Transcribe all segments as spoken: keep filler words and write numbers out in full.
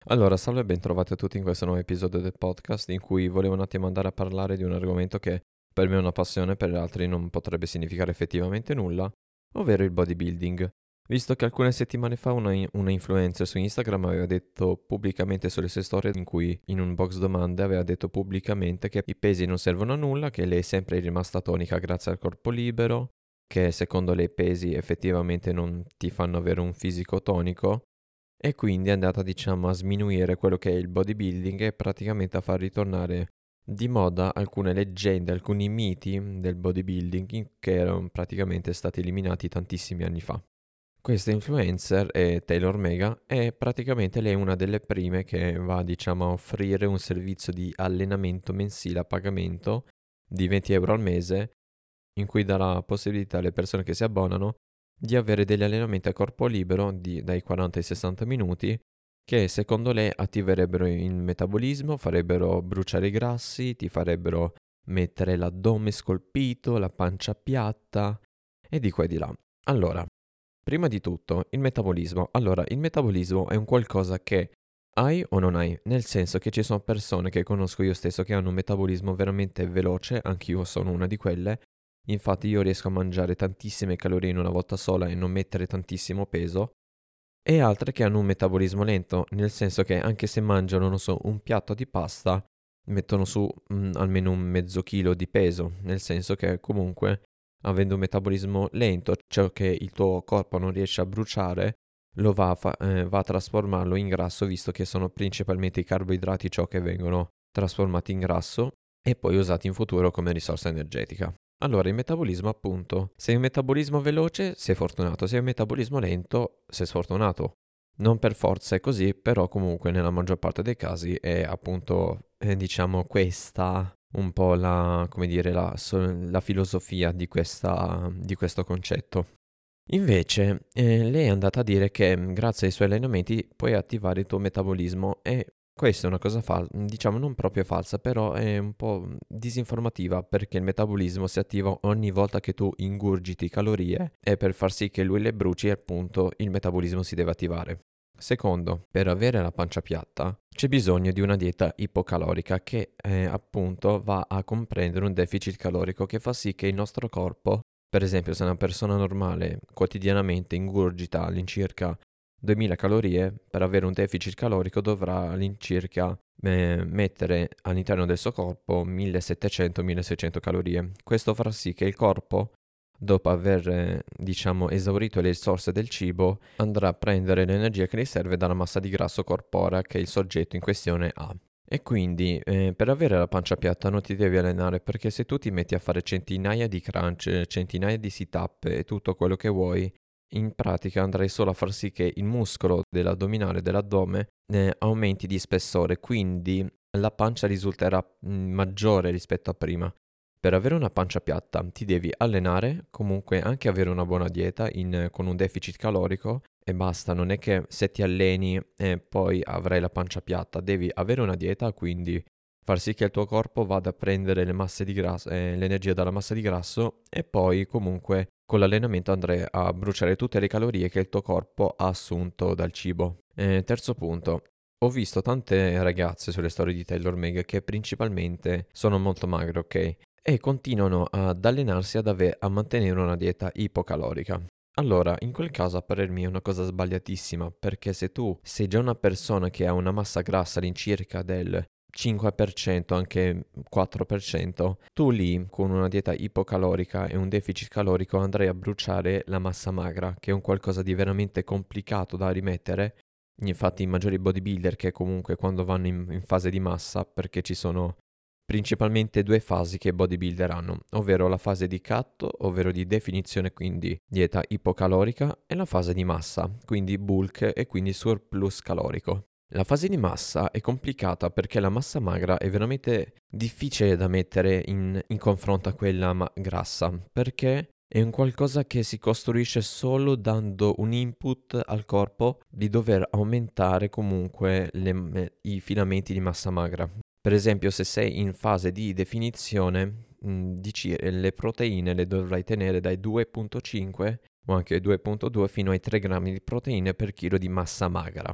Allora, salve e bentrovati a tutti in questo nuovo episodio del podcast in cui volevo un attimo andare a parlare di un argomento che per me è una passione, per altri non potrebbe significare effettivamente nulla, ovvero il bodybuilding. Visto che alcune settimane fa una, una influencer su Instagram aveva detto pubblicamente sulle sue storie in cui in un box domande aveva detto pubblicamente che i pesi non servono a nulla, che lei è sempre rimasta tonica grazie al corpo libero, che secondo lei i pesi effettivamente non ti fanno avere un fisico tonico e quindi è andata, diciamo, a sminuire quello che è il bodybuilding e praticamente a far ritornare di moda alcune leggende, alcuni miti del bodybuilding che erano praticamente stati eliminati tantissimi anni fa. Questa influencer è Taylor Mega e praticamente lei è una delle prime che va, diciamo, a offrire un servizio di allenamento mensile a pagamento di venti euro al mese in cui dà la possibilità alle persone che si abbonano di avere degli allenamenti a corpo libero di- dai quaranta ai sessanta minuti che secondo lei attiverebbero il metabolismo, farebbero bruciare i grassi, ti farebbero mettere l'addome scolpito, la pancia piatta e di qua e di là. Allora, prima di tutto, il metabolismo. Allora, il metabolismo è un qualcosa che hai o non hai, nel senso che ci sono persone che conosco io stesso che hanno un metabolismo veramente veloce, anch'io sono una di quelle. Infatti io riesco a mangiare tantissime calorie in una volta sola e non mettere tantissimo peso, e altre che hanno un metabolismo lento, nel senso che anche se mangiano, non so, un piatto di pasta, mettono su mm, almeno un mezzo chilo di peso, nel senso che comunque, avendo un metabolismo lento, ciò che il tuo corpo non riesce a bruciare, lo va a, fa- eh, va a trasformarlo in grasso, visto che sono principalmente i carboidrati ciò che vengono trasformati in grasso e poi usati in futuro come risorsa energetica. Allora, il metabolismo, appunto, se hai un metabolismo veloce sei fortunato, se hai un metabolismo lento sei sfortunato. Non per forza è così, però comunque nella maggior parte dei casi è appunto, eh, diciamo, questa un po' la, come dire, la, so- la filosofia di, questa, di questo concetto. Invece, eh, lei è andata a dire che mm, grazie ai suoi allenamenti puoi attivare il tuo metabolismo e questa è una cosa falsa, diciamo non proprio falsa, però è un po' mm, disinformativa perché il metabolismo si attiva ogni volta che tu ingurgiti calorie e per far sì che lui le bruci, appunto, il metabolismo si deve attivare. Secondo, per avere la pancia piatta c'è bisogno di una dieta ipocalorica che eh, appunto va a comprendere un deficit calorico che fa sì che il nostro corpo, per esempio, se una persona normale quotidianamente ingurgita all'incirca duemila calorie, per avere un deficit calorico dovrà all'incirca eh, mettere all'interno del suo corpo millesettecento milleseicento calorie. Questo farà sì che il corpo, dopo aver, eh, diciamo, esaurito le risorse del cibo, andrà a prendere l'energia che gli serve dalla massa di grasso corporea che il soggetto in questione ha. E quindi eh, per avere la pancia piatta non ti devi allenare perché se tu ti metti a fare centinaia di crunch, centinaia di sit-up e tutto quello che vuoi, in pratica andrai solo a far sì che il muscolo dell'addominale dell'addome eh, aumenti di spessore, quindi la pancia risulterà mm, maggiore rispetto a prima. Per avere una pancia piatta ti devi allenare, comunque anche avere una buona dieta in- con un deficit calorico e basta, non è che se ti alleni e poi avrai la pancia piatta, devi avere una dieta, quindi far sì che il tuo corpo vada a prendere le masse di grasso, eh, l'energia dalla massa di grasso e poi comunque con l'allenamento andrai a bruciare tutte le calorie che il tuo corpo ha assunto dal cibo. Eh, terzo punto. Ho visto tante ragazze sulle storie di Taylor Meg che principalmente sono molto magre, ok? E continuano ad allenarsi ad ave- a mantenere una dieta ipocalorica. Allora, in quel caso a parer mio è una cosa sbagliatissima, perché se tu sei già una persona che ha una massa grassa all'incirca del cinque per cento, anche quattro per cento, tu lì con una dieta ipocalorica e un deficit calorico andrai a bruciare la massa magra, che è un qualcosa di veramente complicato da rimettere. Infatti i maggiori bodybuilder che comunque quando vanno in, in fase di massa, perché ci sono principalmente due fasi che i bodybuilder hanno, ovvero la fase di cut, ovvero di definizione, quindi dieta ipocalorica, e la fase di massa, quindi bulk e quindi surplus calorico. La fase di massa è complicata perché la massa magra è veramente difficile da mettere in, in confronto a quella ma- grassa, perché è un qualcosa che si costruisce solo dando un input al corpo di dover aumentare comunque le- i filamenti di massa magra. Per esempio, se sei in fase di definizione, mh, dici eh, le proteine le dovrai tenere dai due virgola cinque o anche due virgola due fino ai tre grammi di proteine per chilo di massa magra.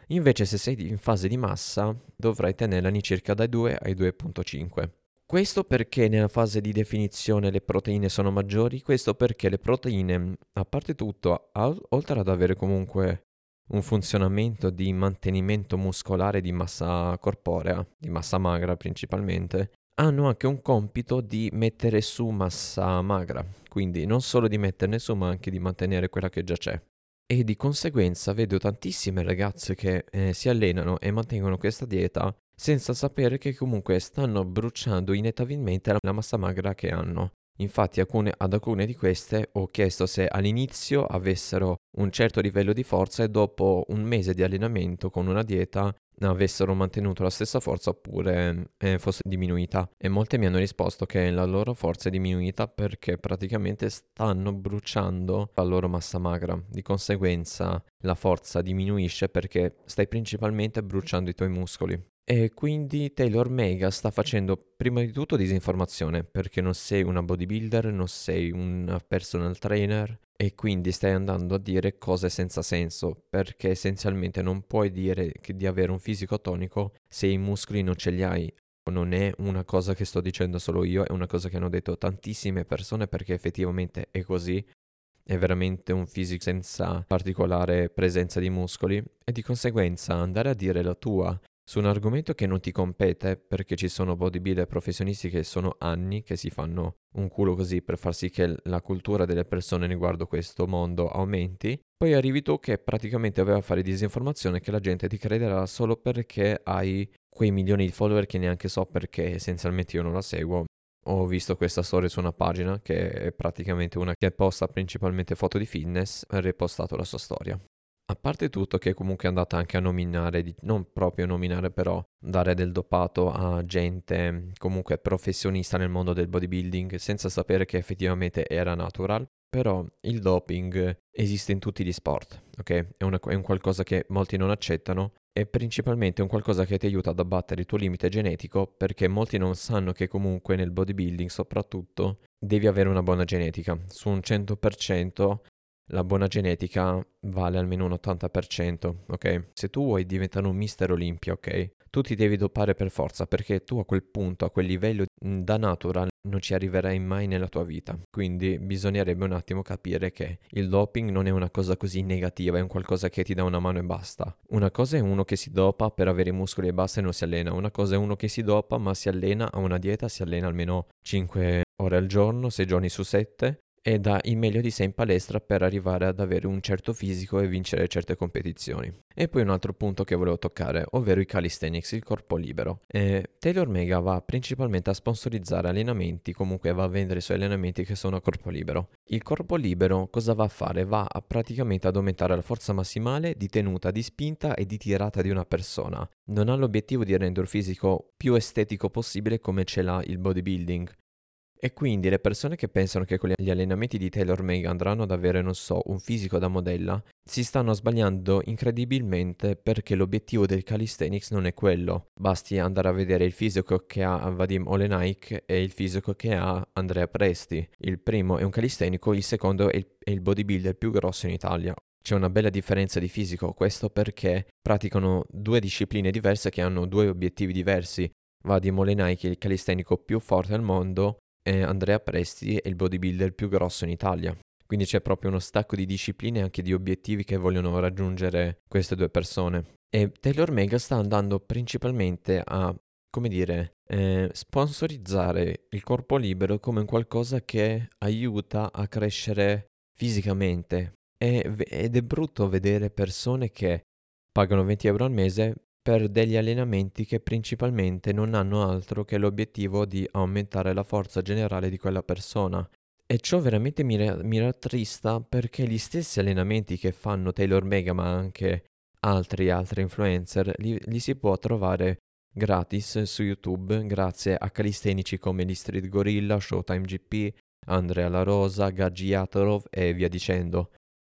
Invece se sei in fase di massa dovrai tenerla in circa dai due ai due virgola cinque. Questo perché nella fase di definizione le proteine sono maggiori, questo perché le proteine, a parte tutto, a- oltre ad avere comunque un funzionamento di mantenimento muscolare di massa corporea, di massa magra principalmente, hanno anche un compito di mettere su massa magra, quindi non solo di metterne su ma anche di mantenere quella che già c'è. E di conseguenza vedo tantissime ragazze che eh, si allenano e mantengono questa dieta senza sapere che comunque stanno bruciando inevitabilmente la massa magra che hanno. Infatti alcune, ad alcune di queste ho chiesto se all'inizio avessero un certo livello di forza e dopo un mese di allenamento con una dieta avessero mantenuto la stessa forza oppure eh, fosse diminuita. E molte mi hanno risposto che la loro forza è diminuita perché praticamente stanno bruciando la loro massa magra. Di conseguenza la forza diminuisce perché stai principalmente bruciando i tuoi muscoli. E quindi Taylor Mega sta facendo prima di tutto disinformazione perché non sei una bodybuilder, non sei un personal trainer e quindi stai andando a dire cose senza senso perché essenzialmente non puoi dire che di avere un fisico tonico se i muscoli non ce li hai. Non è una cosa che sto dicendo solo io, è una cosa che hanno detto tantissime persone perché effettivamente è così. È veramente un fisico senza particolare presenza di muscoli e di conseguenza andare a dire la tua su un argomento che non ti compete, perché ci sono bodybuilder professionisti che sono anni che si fanno un culo così per far sì che la cultura delle persone riguardo questo mondo aumenti, poi arrivi tu che praticamente aveva a fare disinformazione che la gente ti crederà solo perché hai quei milioni di follower che neanche so perché essenzialmente io non la seguo. Ho visto questa storia su una pagina che è praticamente una che posta principalmente foto di fitness e ha ripostato la sua storia. A parte tutto che comunque è andata anche a nominare, di- non proprio nominare però, dare del dopato a gente comunque professionista nel mondo del bodybuilding senza sapere che effettivamente era natural. Però il doping esiste in tutti gli sport, ok? È, una- è un qualcosa che molti non accettano e principalmente un qualcosa che ti aiuta ad abbattere il tuo limite genetico perché molti non sanno che comunque nel bodybuilding soprattutto devi avere una buona genetica. Su un cento per cento la buona genetica vale almeno un ottanta per cento, ok? Se tu vuoi diventare un mister Olimpia, ok? Tu ti devi dopare per forza perché tu a quel punto, a quel livello mh, da natural non ci arriverai mai nella tua vita. Quindi bisognerebbe un attimo capire che il doping non è una cosa così negativa, è un qualcosa che ti dà una mano e basta. Una cosa è uno che si dopa per avere i muscoli e basta e non si allena. Una cosa è uno che si dopa ma si allena a una dieta, si allena almeno cinque ore al giorno, sei giorni su sette e dà il meglio di sé in palestra per arrivare ad avere un certo fisico e vincere certe competizioni. E poi un altro punto che volevo toccare, ovvero i calisthenics, il corpo libero. E Taylor Mega va principalmente a sponsorizzare allenamenti, comunque va a vendere i suoi allenamenti che sono a corpo libero. Il corpo libero cosa va a fare? Va a praticamente ad aumentare la forza massimale di tenuta, di spinta e di tirata di una persona. Non ha l'obiettivo di rendere il fisico più estetico possibile come ce l'ha il bodybuilding. E quindi le persone che pensano che con gli allenamenti di Taylor Made andranno ad avere, non so, un fisico da modella, si stanno sbagliando incredibilmente perché l'obiettivo del calisthenics non è quello. Basti andare a vedere il fisico che ha Vadim Olenaik e il fisico che ha Andrea Presti. Il primo è un calistenico, il secondo è il, è il bodybuilder più grosso in Italia. C'è una bella differenza di fisico, questo perché praticano due discipline diverse che hanno due obiettivi diversi. Vadim Olenaik è il calistenico più forte al mondo e Andrea Presti è il bodybuilder più grosso in Italia. Quindi c'è proprio uno stacco di discipline e anche di obiettivi che vogliono raggiungere queste due persone. E Taylor Mega sta andando principalmente a, come dire, eh, sponsorizzare il corpo libero come un qualcosa che aiuta a crescere fisicamente. E- ed è brutto vedere persone che pagano venti euro al mese per degli allenamenti che principalmente non hanno altro che l'obiettivo di aumentare la forza generale di quella persona. E ciò veramente mi, ra- mi rattrista perché gli stessi allenamenti che fanno Taylor Mega ma anche altri altri influencer li, li si può trovare gratis su YouTube grazie a calistenici come gli Street Gorilla, Showtime G P, Andrea La Rosa, Gaggi Atorov e via dicendo.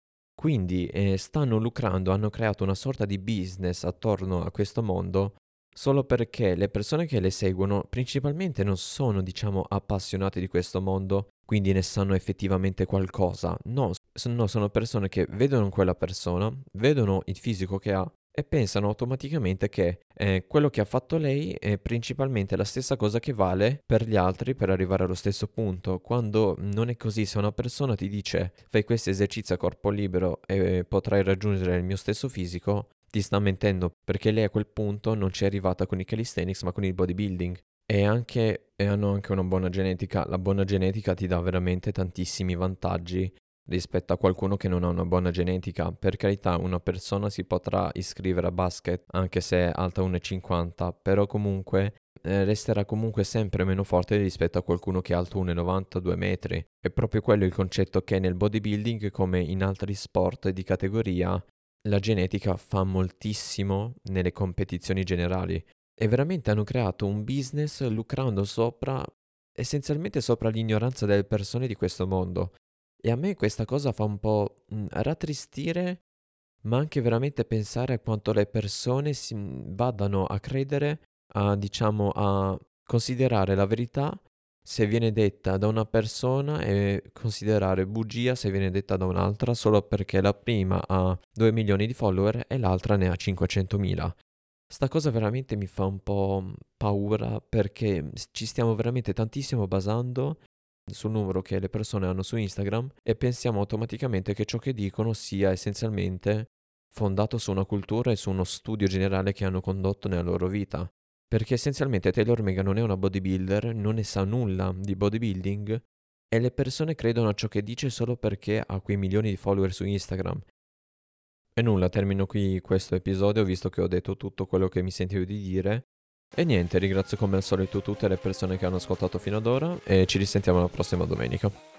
Quindi eh, stanno lucrando, hanno creato una sorta di business attorno a questo mondo solo perché le persone che le seguono principalmente non sono, diciamo, appassionate di questo mondo, quindi ne sanno effettivamente qualcosa. No, s- no, sono persone che vedono quella persona, vedono il fisico che ha e pensano automaticamente che eh, quello che ha fatto lei è principalmente la stessa cosa che vale per gli altri per arrivare allo stesso punto, quando non è così. Se una persona ti dice fai questo esercizio a corpo libero e potrai raggiungere il mio stesso fisico, ti sta mentendo, perché lei a quel punto non ci è arrivata con i calisthenics ma con il bodybuilding. E, anche, e hanno anche una buona genetica. La buona genetica ti dà veramente tantissimi vantaggi rispetto a qualcuno che non ha una buona genetica. Per carità, una persona si potrà iscrivere a basket anche se è alta uno e cinquanta, però comunque eh, resterà comunque sempre meno forte rispetto a qualcuno che è alto uno e novanta, due metri. È proprio quello il concetto, che nel bodybuilding, come in altri sport di categoria, la genetica fa moltissimo nelle competizioni generali. E veramente hanno creato un business lucrando sopra, essenzialmente sopra l'ignoranza delle persone di questo mondo. E a me questa cosa fa un po' mh, rattristire, ma anche veramente pensare a quanto le persone si mh, vadano a credere, a diciamo a considerare la verità se viene detta da una persona e considerare bugia se viene detta da un'altra, solo perché la prima ha due milioni di follower e l'altra ne ha cinquecentomila. Sta cosa veramente mi fa un po' mh, paura, perché s- ci stiamo veramente tantissimo basando sul numero che le persone hanno su Instagram e pensiamo automaticamente che ciò che dicono sia essenzialmente fondato su una cultura e su uno studio generale che hanno condotto nella loro vita. Perché essenzialmente Taylor Mega non è una bodybuilder, non ne sa nulla di bodybuilding e le persone credono a ciò che dice solo perché ha quei milioni di follower su Instagram. E nulla, termino qui questo episodio visto che ho detto tutto quello che mi sentivo di dire. E niente, ringrazio come al solito tutte le persone che hanno ascoltato fino ad ora e ci risentiamo la prossima domenica.